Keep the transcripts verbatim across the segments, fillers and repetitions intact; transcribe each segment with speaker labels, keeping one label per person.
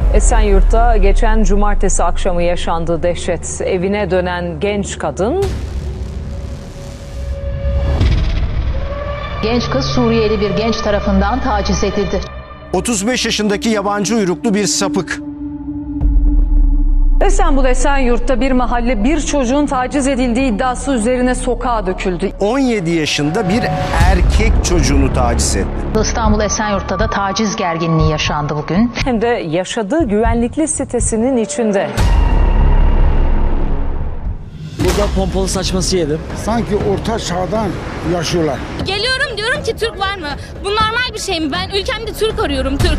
Speaker 1: Esenyurt'ta geçen cumartesi akşamı yaşandı dehşet. Evine dönen genç kadın...
Speaker 2: Genç kız Suriyeli bir genç tarafından taciz edildi.
Speaker 3: otuz beş yaşındaki yabancı uyruklu bir sapık.
Speaker 1: İstanbul Esenyurt'ta bir mahalle bir çocuğun taciz edildiği iddiası üzerine sokağa döküldü.
Speaker 3: on yedi yaşında bir erkek çocuğunu taciz etti.
Speaker 2: İstanbul Esenyurt'ta da taciz gerginliği yaşandı bugün.
Speaker 1: Hem de yaşadığı güvenlikli sitesinin içinde.
Speaker 4: Burada pompalı saçması yedim.
Speaker 5: Sanki orta çağdan yaşıyorlar.
Speaker 6: Geliyorum diyorum ki Türk var mı? Bu normal bir şey mi? Ben ülkemde Türk arıyorum, Türk.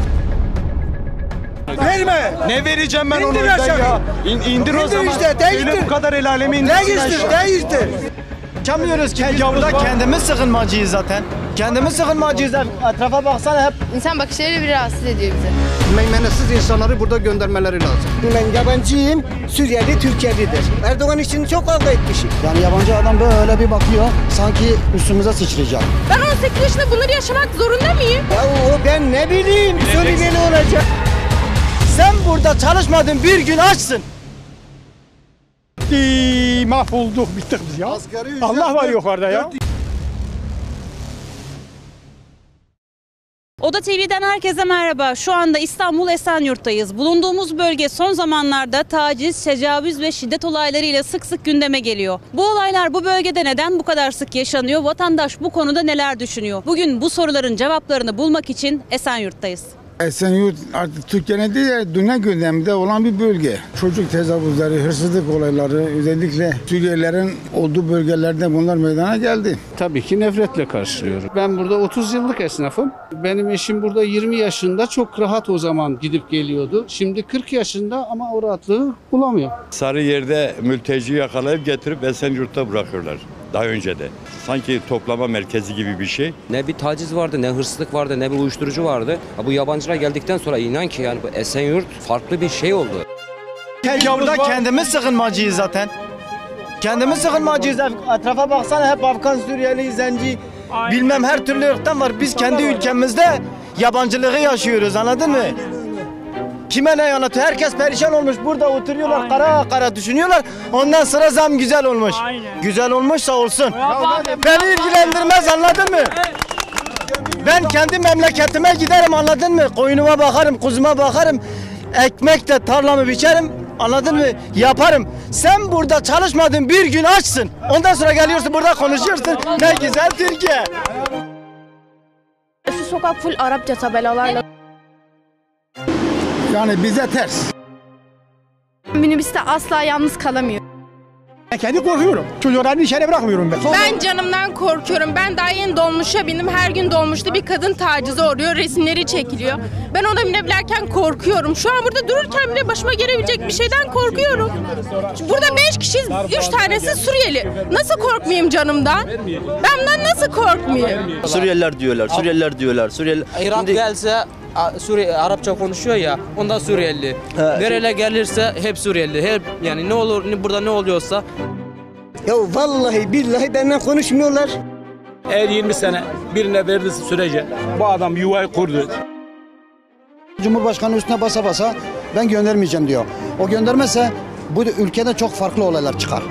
Speaker 5: Verme.
Speaker 3: Ne vereceğim ben
Speaker 5: İndir
Speaker 3: onu
Speaker 5: aşağı.
Speaker 3: ya? İn, indir o
Speaker 5: İndir
Speaker 3: zaman.
Speaker 5: işte, değiştir.
Speaker 3: Öyle bu kadar el alemi indirsin
Speaker 5: Değiştir,
Speaker 3: aşağı.
Speaker 5: değiştir.
Speaker 3: Çıkamıyoruz ki. Ya burada kendimiz sığınmacıyız zaten. Kendimiz sığınmacıyız. Etrafa baksana hep.
Speaker 6: İnsan bakışları bir rahatsız ediyor bizi.
Speaker 7: Meymenetsiz insanları burada göndermeleri lazım.
Speaker 5: Ben yabancıyım, Suriyeli Türkiye'lidir. Erdoğan için çok kavga etmişim.
Speaker 7: Yani yabancı adam böyle bir bakıyor, sanki üstümüze sıçrayacak.
Speaker 6: Ben on sekiz yaşında bunları yaşamak zorunda mıyım?
Speaker 5: Ya o ben ne bileyim, Suriyeli olacak.
Speaker 3: Sen burada çalışmadın, bir gün açsın.
Speaker 5: Eee, mahvolduk, bittik biz ya. Allah var yukarıda ya.
Speaker 8: Oda T V'den herkese merhaba. Şu anda İstanbul Esenyurt'tayız. Bulunduğumuz bölge son zamanlarda taciz, tecavüz ve şiddet olaylarıyla sık sık gündeme geliyor. Bu olaylar bu bölgede neden bu kadar sık yaşanıyor? Vatandaş bu konuda neler düşünüyor? Bugün bu soruların cevaplarını bulmak için Esenyurt'tayız.
Speaker 5: Esenyurt artık Türkiye'nin değil, dünya gündeminde olan bir bölge. Çocuk tecavüzleri, hırsızlık olayları, özellikle Suriyelilerin olduğu bölgelerde bunlar meydana geldi.
Speaker 9: Tabii ki nefretle karşılıyorum. Ben burada otuz yıllık esnafım. Benim eşim burada yirmi yaşında, çok rahat o zaman gidip geliyordu. Şimdi kırk yaşında ama o rahatlığı bulamıyor.
Speaker 10: Sarıyer'de mülteci yakalayıp getirip Esenyurt'ta bırakırlar. Daha önce de. Sanki toplama merkezi gibi bir şey.
Speaker 11: Ne bir taciz vardı, ne hırsızlık vardı, ne bir uyuşturucu vardı. Bu yabancılar geldikten sonra inan ki yani bu Esenyurt farklı bir şey oldu.
Speaker 3: Ya burada kendimiz sığınmacıyız zaten. Kendimiz sığınmacıyız. Etrafa baksana hep Afgan, Suriyeli, Zenci, bilmem her türlü ırktan var. Biz kendi ülkemizde yabancılığı yaşıyoruz, anladın mı? Kime ne anlatıyor? Herkes perişan olmuş. Burada oturuyorlar, aynen, kara kara düşünüyorlar. Ondan sonra zam güzel olmuş. Aynen. Güzel olmuşsa olsun. Beni ilgilendirmez, anladın mı? Ben kendi memleketime giderim, anladın mı? Koyunuma bakarım, kuzuma bakarım. Ekmek de tarlamı biçerim, anladın mı? Yaparım. Sen burada çalışmadın, bir gün açsın. Ondan sonra geliyorsun burada konuşuyorsun. Ne güzel Türkiye.
Speaker 6: Şu sokak full Arapça tabelalarla.
Speaker 5: Yani bize ters.
Speaker 6: Minibüste asla yalnız kalamıyor.
Speaker 5: Ben kendi korkuyorum. Çocuklarını içeri bırakmıyorum ben.
Speaker 6: Ben canımdan korkuyorum. Ben daha yeni dolmuşa bindim. Her gün dolmuşta bir kadın tacize uğruyor. Resimleri çekiliyor. Ben ona binebilirken korkuyorum. Şu an burada dururken bile başıma gelebilecek bir şeyden korkuyorum. Burada beş kişiyiz. Üç tanesi Suriyeli. Nasıl korkmayayım canımdan? Ben bundan nasıl korkmayayım?
Speaker 12: Suriyeliler diyorlar. Suriyeliler diyorlar. Suriyeli...
Speaker 11: Irak
Speaker 12: Şimdi...
Speaker 11: gelse Suriye Arapça konuşuyor ya, ondan Suriyeli. Nereye gelirse hep Suriyeli. Hep yani ne olur burada ne oluyorsa.
Speaker 5: Ya vallahi billahi benden konuşmuyorlar.
Speaker 4: Eğer yirmi sene birine verdiği sürece bu adam yuvayı kurdu.
Speaker 7: Cumhurbaşkanı üstüne basa basa ben göndermeyeceğim diyor. O göndermezse bu ülkede çok farklı olaylar çıkar.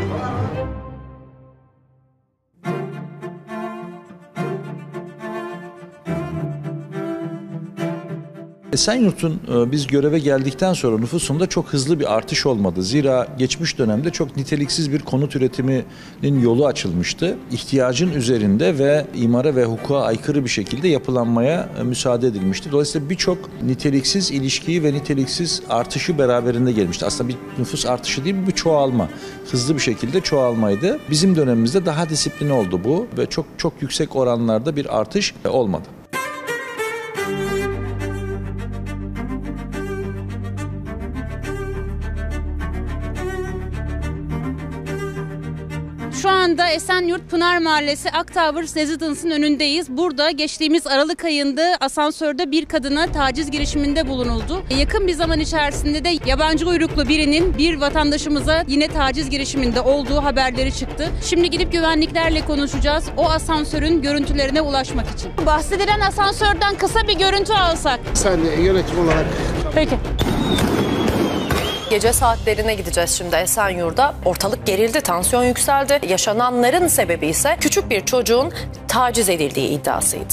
Speaker 13: Esenyurt'un biz göreve geldikten sonra nüfusunda çok hızlı bir artış olmadı. Zira geçmiş dönemde çok niteliksiz bir konut üretiminin yolu açılmıştı. İhtiyacın üzerinde ve imara ve hukuka aykırı bir şekilde yapılanmaya müsaade edilmişti. Dolayısıyla birçok niteliksiz ilişkiyi ve niteliksiz artışı beraberinde gelmişti. Aslında bir nüfus artışı değil, bir çoğalma. Hızlı bir şekilde çoğalmaydı. Bizim dönemimizde daha disipline oldu bu ve çok çok yüksek oranlarda bir artış olmadı.
Speaker 8: Şu anda Esenyurt Pınar Mahallesi Aktowers Residence'ın önündeyiz. Burada geçtiğimiz Aralık ayında asansörde bir kadına taciz girişiminde bulunuldu. Yakın bir zaman içerisinde de yabancı uyruklu birinin bir vatandaşımıza yine taciz girişiminde olduğu haberleri çıktı. Şimdi gidip güvenliklerle konuşacağız o asansörün görüntülerine ulaşmak için. Bahsedilen asansörden kısa bir görüntü alsak.
Speaker 7: Sen yönetim olarak...
Speaker 8: Peki.
Speaker 14: Gece saatlerine gideceğiz şimdi Esenyurt'ta. Ortalık gerildi, tansiyon yükseldi. Yaşananların sebebi ise küçük bir çocuğun taciz edildiği iddiasıydı.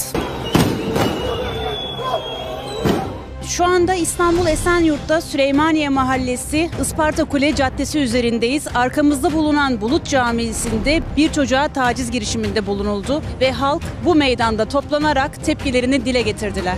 Speaker 8: Şu anda İstanbul Esenyurt'ta Süleymaniye Mahallesi Isparta Kule Caddesi üzerindeyiz. Arkamızda bulunan Bulut Camisi'nde bir çocuğa taciz girişiminde bulunuldu ve halk bu meydanda toplanarak tepkilerini dile getirdiler.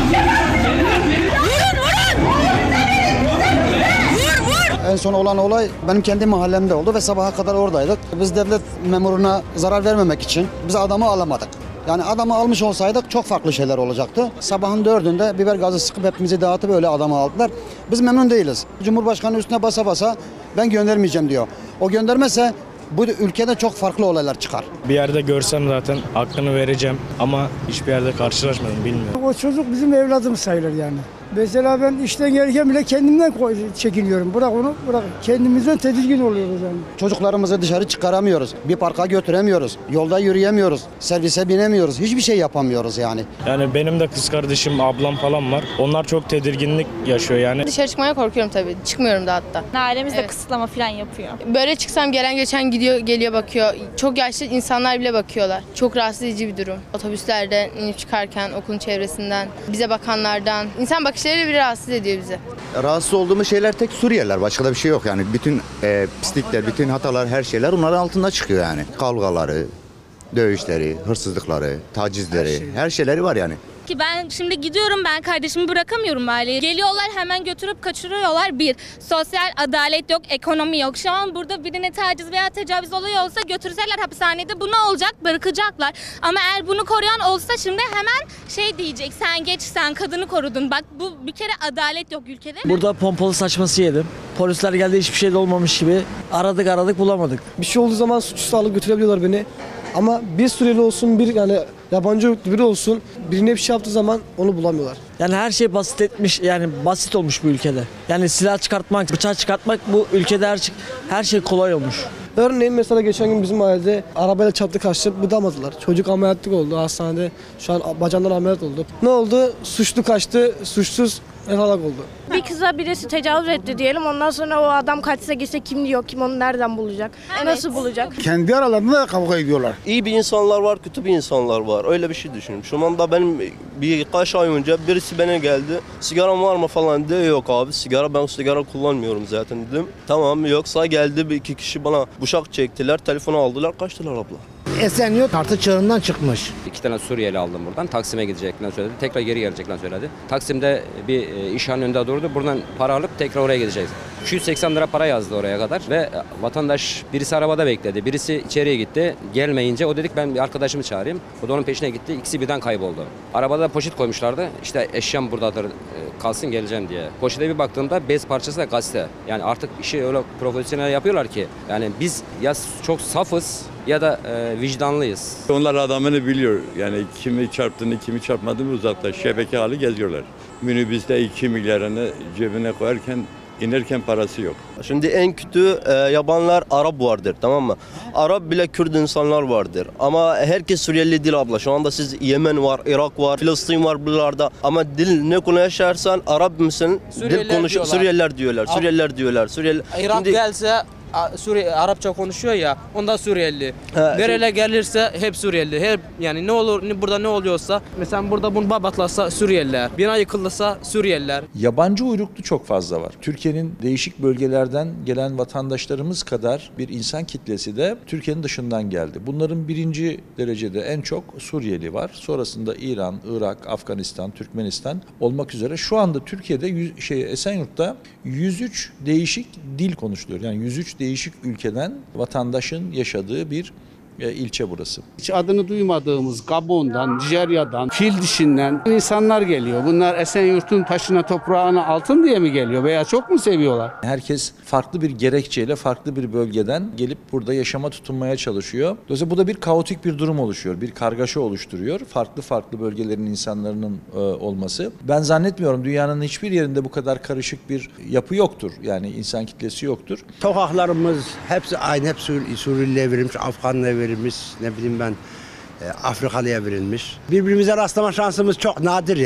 Speaker 7: En son olan olay benim kendi mahallemde oldu ve sabaha kadar oradaydık. Biz devlet memuruna zarar vermemek için biz adamı alamadık. Yani adamı almış olsaydık çok farklı şeyler olacaktı. Sabahın dördünde biber gazı sıkıp hepimizi dağıtıp öyle adamı aldılar. Biz memnun değiliz. Cumhurbaşkanı üstüne basa basa ben göndermeyeceğim diyor. O göndermezse bu ülkede çok farklı olaylar çıkar.
Speaker 15: Bir yerde görsem zaten hakkını vereceğim ama hiçbir yerde karşılaşmadım, bilmiyorum.
Speaker 16: O çocuk bizim evladımız sayılır yani. Mesela ben işten gelirken bile kendimden çekiniyorum. Bırak onu, bırak. Kendimizden tedirgin oluyoruz yani.
Speaker 7: Çocuklarımızı dışarı çıkaramıyoruz. Bir parka götüremiyoruz. Yolda yürüyemiyoruz. Servise binemiyoruz. Hiçbir şey yapamıyoruz yani.
Speaker 15: Yani benim de kız kardeşim, ablam falan var. Onlar çok tedirginlik yaşıyor yani.
Speaker 6: Dışarı çıkmaya korkuyorum tabii. Çıkmıyorum da hatta.
Speaker 17: Ailemiz de
Speaker 6: Evet.
Speaker 17: kısıtlama falan yapıyor.
Speaker 6: Böyle çıksam gelen geçen gidiyor, geliyor bakıyor. Çok yaşlı insanlar bile bakıyorlar. Çok rahatsız edici bir durum. Otobüslerden inip çıkarken, okulun çevresinden, bize bakanlardan. İnsan bakışları bile rahatsız ediyor bizi.
Speaker 18: Rahatsız olduğumuz şeyler tek Suriyeliler. Başka da bir şey yok yani. Bütün e, pislikler, bütün hatalar, her şeyler onların altında çıkıyor yani. Kavgaları, dövüşleri, hırsızlıkları, tacizleri, her, şey. her şeyleri var yani.
Speaker 17: Ki ben şimdi gidiyorum, ben kardeşimi bırakamıyorum aileye. Geliyorlar hemen götürüp kaçırıyorlar. Bir, sosyal adalet yok, ekonomi yok. Şu an burada birine taciz veya tecavüz oluyor olsa götürseler hapishanede, bu ne olacak? Bırakacaklar. Ama eğer bunu koruyan olsa şimdi hemen şey diyecek, sen geç, sen kadını korudun. Bak bu bir kere adalet yok ülkede.
Speaker 19: Burada pompalı saçması yedim. Polisler geldi, hiçbir şey de olmamış gibi. Aradık aradık bulamadık.
Speaker 20: Bir şey olduğu zaman suçüstü alıp götürebiliyorlar beni. Ama bir Suriyeli olsun, bir yani yabancı ırklı biri olsun, birine bir şey yaptığı zaman onu bulamıyorlar.
Speaker 19: Yani her şey basit etmiş, yani basit olmuş bu ülkede. Yani silah çıkartmak, bıçak çıkartmak bu ülkede her, her şey kolay olmuş.
Speaker 20: Örneğin mesela geçen gün bizim mahallede arabayla çarptı kaçtı, bıdamadılar. Çocuk ameliyatlık oldu hastanede, şu an bacağından ameliyat oldu. Ne oldu? Suçlu kaçtı, suçsuz helak oldu.
Speaker 21: Bir kıza birisi tecavüz etti diyelim, ondan sonra o adam kaçsa gitse kim diyor, kim onu nereden bulacak, evet. Nasıl bulacak?
Speaker 5: Kendi aralarında da kavga ediyorlar.
Speaker 12: İyi bir insanlar var, kötü bir insanlar var. Öyle bir şey düşünün. Şu anda benim birkaç ay önce birisi bana geldi. Sigaram var mı falan diye, yok abi sigara, ben sigara kullanmıyorum zaten dedim. Tamam, yoksa geldi bir iki kişi bana bıçak çektiler, telefonu aldılar, kaçtılar abla.
Speaker 22: Esenyurt tartı çığırından çıkmış.
Speaker 23: İki tane Suriyeli aldım buradan. Taksim'e gideceklerini söyledi. Tekrar geri geleceklerini söyledi. Taksim'de bir işhanın önünde durdu. Buradan para alıp tekrar oraya gideceğiz. iki yüz seksen lira para yazdı oraya kadar ve vatandaş birisi arabada bekledi. Birisi içeriye gitti. Gelmeyince o dedik ben bir arkadaşımı çağırayım. O da onun peşine gitti. İkisi birden kayboldu. Arabada poşet koymuşlardı. İşte eşyam buradadır, kalsın geleceğim diye. Poşete bir baktığımda bez parçası ve gazete. Yani artık işi öyle profesyonel yapıyorlar ki. Yani biz ya çok safız ya da e, vicdanlıyız.
Speaker 10: Onlar adamını biliyor. Yani kimi çarptığını, kimi çarpmadığını uzakta. Şebeke hali geziyorlar. Minibüste iki milyarını cebine koyarken inerken parası yok.
Speaker 12: Şimdi en kötü e, yabanlar Arap vardır, tamam mı? Arap bile Kürt insanlar vardır. Ama herkes Suriyeli değil abla. Şu anda siz Yemen var, Irak var, Filistin var buralarda. Ama dil ne konuşursan Arap mısın?
Speaker 11: Suriyeliler
Speaker 12: dil konuş
Speaker 11: diyorlar.
Speaker 12: Suriyeliler diyorlar. Suriyeliler diyorlar. Suriyeli.
Speaker 11: Irak
Speaker 12: Şimdi...
Speaker 11: gelse Suriye Arapça konuşuyor ya, onda Suriyeli.
Speaker 12: Ha,
Speaker 11: Nereye gelirse hep Suriyeli. Hep yani ne olur ne, burada ne oluyorsa, mesela burada bunu babatlasa Suriyeliler, bina yıkılırsa Suriyeliler.
Speaker 13: Yabancı uyruklu çok fazla var. Türkiye'nin değişik bölgelerden gelen vatandaşlarımız kadar bir insan kitlesi de Türkiye'nin dışından geldi. Bunların birinci derecede en çok Suriyeli var. Sonrasında İran, Irak, Afganistan, Türkmenistan olmak üzere şu anda Türkiye'de yüz, şey Esenyurt'ta yüz üç değişik dil konuşuluyor. Yani yüz üç değişik ülkeden vatandaşın yaşadığı bir e, ilçe burası.
Speaker 9: Hiç adını duymadığımız Gabon'dan, Nijerya'dan, Fil dişinden insanlar geliyor. Bunlar Esenyurt'un taşına, toprağına altın diye mi geliyor veya çok mu seviyorlar?
Speaker 13: Herkes farklı bir gerekçeyle farklı bir bölgeden gelip burada yaşama tutunmaya çalışıyor. Dolayısıyla bu da bir kaotik bir durum oluşuyor. Bir kargaşa oluşturuyor. Farklı farklı bölgelerin insanların e, olması. Ben zannetmiyorum dünyanın hiçbir yerinde bu kadar karışık bir yapı yoktur. Yani insan kitlesi yoktur.
Speaker 22: Sokaklarımız hepsi aynı, hep Suriyeli'ye verilmiş, Afganlı'ya verilmiş, ne bileyim ben Afrikalı'ya verilmiş. Birbirimize rastlama şansımız çok nadir yani.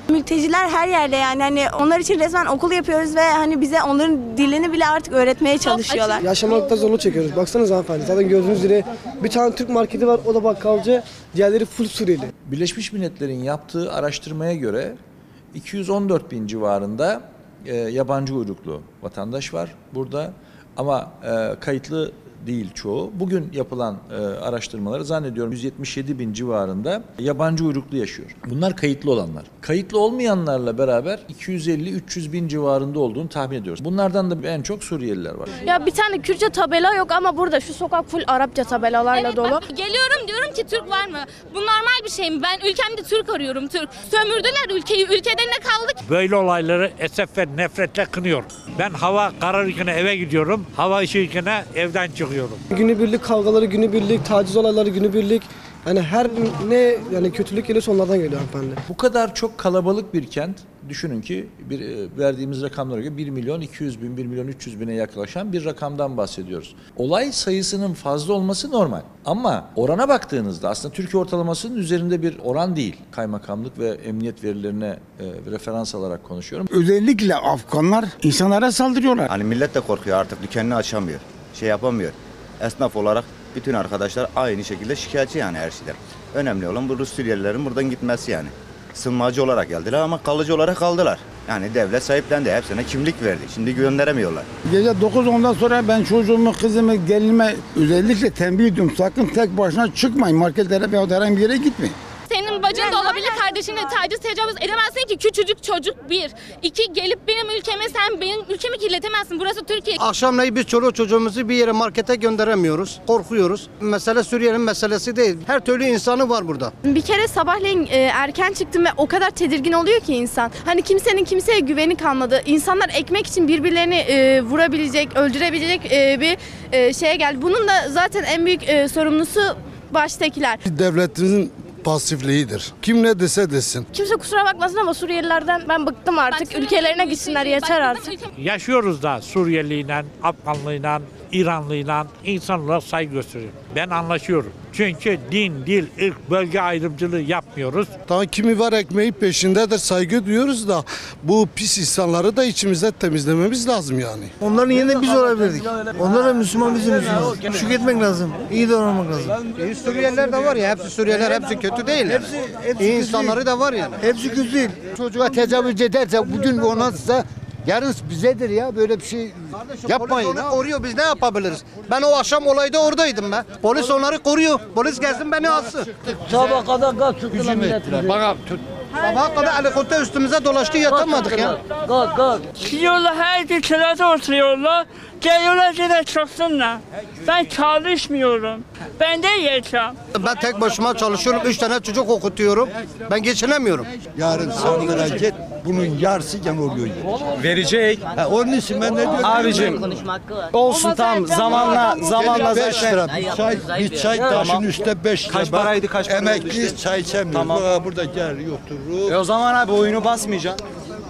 Speaker 1: Mülteciler her yerde yani hani onlar için resmen okul yapıyoruz ve hani bize onların dilini bile artık öğretmeye çalışıyorlar.
Speaker 20: Yaşamakta zorluk çekiyoruz. Baksanıza hanımefendi. Zaten gördüğünüz gibi bir tane Türk marketi var. O da bakkalcı. Diğerleri full Suriyeli.
Speaker 13: Birleşmiş Milletler'in yaptığı araştırmaya göre iki yüz on dört bin civarında e, yabancı uyruklu vatandaş var burada ama e, kayıtlı değil çoğu. Bugün yapılan e, araştırmaları zannediyorum yüz yetmiş yedi bin civarında yabancı uyruklu yaşıyor. Bunlar kayıtlı olanlar. Kayıtlı olmayanlarla beraber iki yüz elli üç yüz bin civarında olduğunu tahmin ediyoruz. Bunlardan da en çok Suriyeliler var.
Speaker 21: Ya bir tane Kürtçe tabela yok ama burada şu sokak full Arapça tabelalarla
Speaker 17: Evet,
Speaker 21: dolu.
Speaker 17: bak, geliyorum diyorum ki Türk var mı? Bu normal bir şey mi? Ben ülkemde Türk arıyorum, Türk. Sömürdüler ülkeyi, ülkede ne kaldık?
Speaker 2: Böyle olayları esef ve nefretle kınıyorum. Ben hava kararırken eve gidiyorum, hava ışığırken evden çıkıyorum.
Speaker 20: Günübirlik kavgaları, günübirlik taciz olayları, günübirlik yani her ne yani kötülük geliyorsa onlardan geliyor hanımefendi.
Speaker 13: Bu kadar çok kalabalık bir kent, düşünün ki bir, verdiğimiz rakamlara göre bir milyon iki yüz bin, bir milyon üç yüz bine yaklaşan bir rakamdan bahsediyoruz. Olay sayısının fazla olması normal. Ama orana baktığınızda aslında Türkiye ortalamasının üzerinde bir oran değil. Kaymakamlık ve emniyet verilerine e, referans alarak konuşuyorum.
Speaker 5: Özellikle Afganlar insanlara saldırıyorlar.
Speaker 18: Hani millet de korkuyor artık, dükkanını açamıyor. Şey yapamıyor. Esnaf olarak bütün arkadaşlar aynı şekilde şikayetçi yani her şeyden. Önemli olan bu Rus Suriyelilerin buradan gitmesi yani. Sığınmacı olarak geldiler ama kalıcı olarak kaldılar. Yani devlet sahiplendi, hepsine kimlik verdi. Şimdi gönderemiyorlar.
Speaker 5: Gece dokuz ondan sonra ben çocuğumu, kızımı, gelinime özellikle tembih ediyorum. Sakın tek başına çıkmayın. Marketlere veya herhangi bir yere gitmeyin.
Speaker 17: Senin bacın da olabilir, kardeşine taciz, tecavüz edemezsin ki küçücük çocuk bir. İki, gelip benim ülkeme sen benim ülkemi kirletemezsin. Burası Türkiye.
Speaker 3: Akşamleyin biz çoluğu çocuğumuzu bir yere markete gönderemiyoruz. Korkuyoruz. Mesele Suriye'nin meselesi değil. Her türlü insanı var burada.
Speaker 21: Bir kere sabahleyin e, erken çıktım ve o kadar tedirgin oluyor ki insan. Hani kimsenin kimseye güveni kalmadı. İnsanlar ekmek için birbirlerini e, vurabilecek, öldürebilecek e, bir e, şeye geldi. Bunun da zaten en büyük e, sorumlusu baştakiler.
Speaker 24: Devletimizin pasifliğidir. Kim ne dese desin.
Speaker 21: Kimse kusura bakmasın ama Suriyelilerden ben bıktım artık. Ülkelerine gitsinler yeter artık.
Speaker 2: Yaşıyoruz da Suriyeliyle, Afganlıyla, İranlıyla insan olarak saygı gösteriyorum. Ben anlaşıyorum. Çünkü din, dil, ırk, bölge ayrımcılığı yapmıyoruz.
Speaker 24: Daha kimi var ekmeği peşindedir, saygı duyuyoruz da bu pis insanları da içimizde temizlememiz lazım yani.
Speaker 25: Onların yerine biz olabilirdik. Onlar da Müslüman, bizim Müslüman. Şükretmek lazım. İyi davranmak lazım.
Speaker 3: İyi Suriyeliler de var ya, hepsi Suriyeliler hepsi kötü değil. Yani.
Speaker 25: Hepsi, hepsi
Speaker 3: İyi insanları da var yani.
Speaker 25: Hepsi kötü değil.
Speaker 3: Çocuğa tecavüz ederse bugün ona size yarın bizedir ya, böyle bir şey kardeşim, yapmayın. Polis onu koruyor, biz ne yapabiliriz? Ben o akşam olayda oradaydım ben. Polis onları koruyor. Polis gelsin beni alsın.
Speaker 25: Sabah kadar gaz tuttular milletimizi.
Speaker 3: Bana tut. Sabaha kadar helikopter üstümüze dolaştı, yatamadık ya.
Speaker 25: Gaz gaz.
Speaker 26: Gidiyorlar her ülkelerde oturuyorlar. Geliyorlar yine çıksınlar. Ben çalışmıyorum. Ben de yiyeceğim.
Speaker 3: Ben tek başıma çalışıyorum. Üç tane çocuk okutuyorum. Ben geçinemiyorum.
Speaker 24: Yarın sandığa git, bunun yarısı gene oluyor.
Speaker 27: Verecek.
Speaker 24: Ha, onun için ben ne diyorum?
Speaker 27: Abicim olsun tamam zamanla zamanla
Speaker 24: beş
Speaker 27: zaten.
Speaker 24: lira bir çay, bir çay taşın üstte beş lira.
Speaker 27: Kaç paraydı kaç paraydı?
Speaker 24: Emekli çay içemiyor.
Speaker 27: Tamam.
Speaker 24: Burada, burada gel oturur.
Speaker 27: E o zaman abi oyunu basmayacaksın.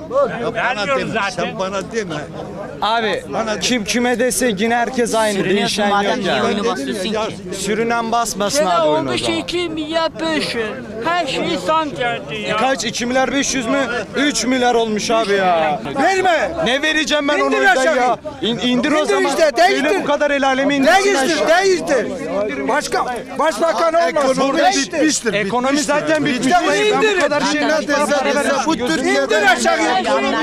Speaker 24: Ya bana deme, sen bana deme.
Speaker 27: Abi kim kime dese yine herkes aynı. Değişen yok yani. Sürünen basmasın abi oyunu o zaman.
Speaker 26: iki milyar beş yüz. Her şey zam geldi ya.
Speaker 27: Kaç? iki milyar beş yüz mü? üç milyar olmuş abi ya. Verme. Ne vereceğim ben onu öden ya? İn, indir o zaman.
Speaker 25: Işte, değiştir.
Speaker 27: Öyle bu kadar el alemi indir.
Speaker 25: Değiştir, değiştir. Başka, başbakan olmaz.
Speaker 24: Ekonomi bitmiştir.
Speaker 27: Ekonomi zaten bitmiş.
Speaker 25: İndir.
Speaker 27: Bu kadar şey ne
Speaker 24: Bu Türkiye'de
Speaker 25: aşağıya.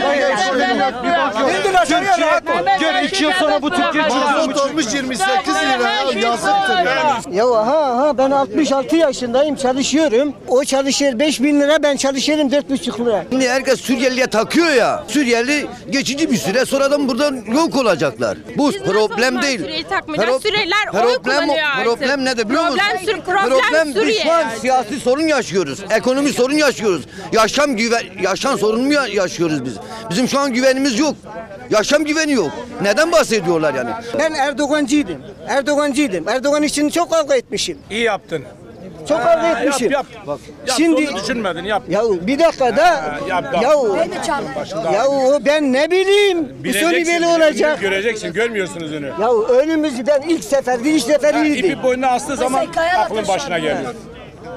Speaker 25: İndir aşağıya rahat ol.
Speaker 27: Gör iki yıl sonra bu Türkiye
Speaker 24: mazot olmuş yirmi sekiz lira ya, yazıktır yani.
Speaker 25: Ya ha ha ben altmış altı yaşındayım, çalışıyorum. O çalışır beş bin lira, ben çalışırım dört buçuk lira.
Speaker 28: Şimdi herkes Suriyeli'ye takıyor ya. Suriyeli geçici bir süre sonradan buradan yok olacaklar. Bu problem değil.
Speaker 6: Suriyeli takmayacağız. Suriyeliler oy
Speaker 28: problem,
Speaker 6: kullanıyor artık.
Speaker 28: problem nedir biliyor musun?
Speaker 6: Problem, problem, problem
Speaker 28: biz
Speaker 6: Suriye.
Speaker 28: şu an siyasi sorun yaşıyoruz. Ekonomi sorun yaşıyoruz. Yaşam güven, yaşam sorunu yaşıyoruz biz. Bizim şu an güvenimiz yok. Yaşam güveni yok. Neden bahsediyorlar yani?
Speaker 25: Ben Erdoğancıydım. Erdoğancıydım. Erdoğan için çok kavga etmişim.
Speaker 4: İyi yaptın.
Speaker 25: Çok kavga etmişim.
Speaker 4: Yap yap. Bak,
Speaker 25: Şimdi
Speaker 4: yap, düşünmedin yap.
Speaker 25: Ya bir dakika da
Speaker 4: Ha, yap, yap.
Speaker 25: ya ya o ben ne bileyim bu sonu böyle olacak.
Speaker 4: Göreceksin, görmüyorsunuz önü.
Speaker 25: Ya önümüzü ben ilk seferde ilk sefer
Speaker 4: Ha,
Speaker 25: iyiydi.
Speaker 4: ipi boynuna astığı zaman aklın başına geliyor.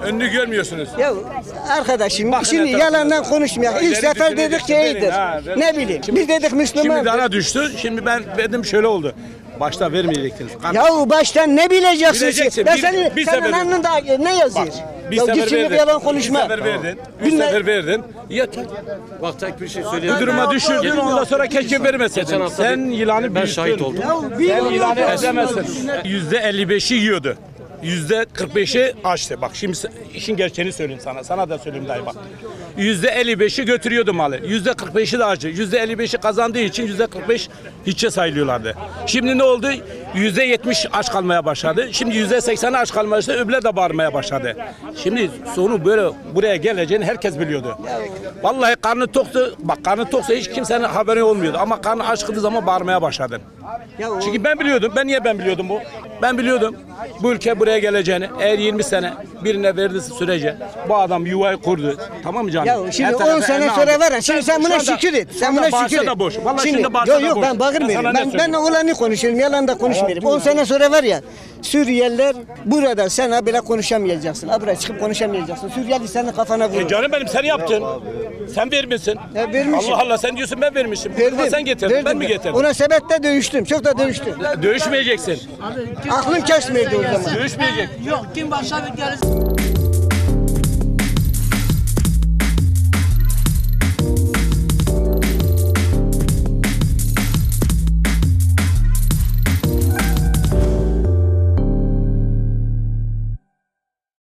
Speaker 4: Önünü görmüyorsunuz.
Speaker 25: Ya arkadaşım
Speaker 4: Bakın
Speaker 25: şimdi
Speaker 4: etrafınıza.
Speaker 25: yalandan konuşmayak. İlk
Speaker 4: İleri
Speaker 25: sefer
Speaker 4: düşünün,
Speaker 25: dedik ki
Speaker 4: verin,
Speaker 25: iyidir.
Speaker 4: ha, verin.
Speaker 25: Ne bileyim. Biz dedik
Speaker 4: Şimdi
Speaker 25: Müslüman.
Speaker 4: dana düştü. Şimdi ben dedim şöyle oldu. Başta vermeyecektiniz. Kan-
Speaker 25: Yahu baştan ne bileceksin?
Speaker 4: Bileceksin.
Speaker 25: Ya
Speaker 4: Bir-
Speaker 25: senin,
Speaker 4: bir
Speaker 25: senin
Speaker 4: sefer-
Speaker 25: alnında ne yazıyor?
Speaker 4: Bir
Speaker 25: Ya
Speaker 4: sefer
Speaker 25: git şimdi
Speaker 4: verdin.
Speaker 25: yalan konuşma.
Speaker 4: Bir sefer verdin. Üç
Speaker 25: Bilmem-
Speaker 4: sefer verdin. Yeter.
Speaker 7: Bak tek bir şey
Speaker 4: Bu
Speaker 7: söyleyeyim.
Speaker 4: duruma düşürdün ondan sonra keşke vermeseydin.
Speaker 7: Geçen hafta
Speaker 4: Sen yılanı
Speaker 7: ben
Speaker 4: büyüttün.
Speaker 7: şahit oldum.
Speaker 4: Sen yılanı ezemezsin. Yüzde elli beşi yiyordu. Yüzde kırk beşi açtı. Bak şimdi işin gerçeğini söyleyeyim sana. Sana da söyleyeyim dayı bak. Yüzde elli beşi götürüyordu malı. Yüzde kırk beşi de açtı. Yüzde elli beşi kazandığı için yüzde kırk beş hiçe sayılıyorlardı. Şimdi ne oldu? Yüzde yetmiş aç kalmaya başladı. Şimdi yüzde sekseni aç kalmaya başladı. Öbürler de bağırmaya başladı. Şimdi sonu böyle buraya geleceğini herkes biliyordu. Vallahi karnı toktu. Bak karnı toksa hiç kimsenin haberi olmuyordu. Ama karnı aç kıldığı zaman bağırmaya başladın. Çünkü ben biliyordum. Ben niye ben biliyordum bu? Ben biliyordum. Bu ülke buraya geleceğini eğer yirmi sene birine verdiği sürece bu adam yuvayı kurdu. Tamam mı canım?
Speaker 25: Ya şimdi
Speaker 4: Her
Speaker 25: on
Speaker 4: tarafı
Speaker 25: sene
Speaker 4: eline
Speaker 25: sonra
Speaker 4: aldı.
Speaker 25: var ya. Şimdi sen
Speaker 4: şu
Speaker 25: buna
Speaker 4: anda-
Speaker 25: şükür et.
Speaker 4: şu
Speaker 25: Sen
Speaker 4: anda
Speaker 25: buna
Speaker 4: bahçe
Speaker 25: şükür et.
Speaker 4: de boş. Vallahi şimdi,
Speaker 25: Şimdi
Speaker 4: bahçe
Speaker 25: yok
Speaker 4: de
Speaker 25: yok
Speaker 4: boş.
Speaker 25: ben bağırmıyorum.
Speaker 4: sana ne
Speaker 25: Ben, ben
Speaker 4: söyleyeyim?
Speaker 25: olanı konuşuyorum. Yalan da konuşmuyorum. on sene sonra var ya Suriyeliler burada sen böyle konuşamayacaksın. Abra çıkıp konuşamayacaksın. Suriyeli senin kafana vurur.
Speaker 4: E canım benim sen yaptın. Sen vermişsin.
Speaker 25: Ya vermişim.
Speaker 4: Allah Allah sen diyorsun ben vermişim.
Speaker 25: Verdim.
Speaker 4: Ama sen getirdin.
Speaker 25: Verdim
Speaker 4: Ben mi getirdim?
Speaker 25: Ona sebeple dövüştüm. Çok da dövüştüm.
Speaker 4: Dövüşmeyeceksin.
Speaker 25: Aklım kesmedi o zaman.
Speaker 4: Dövüşmeyecek.
Speaker 7: Yok kim başa bir gelirse.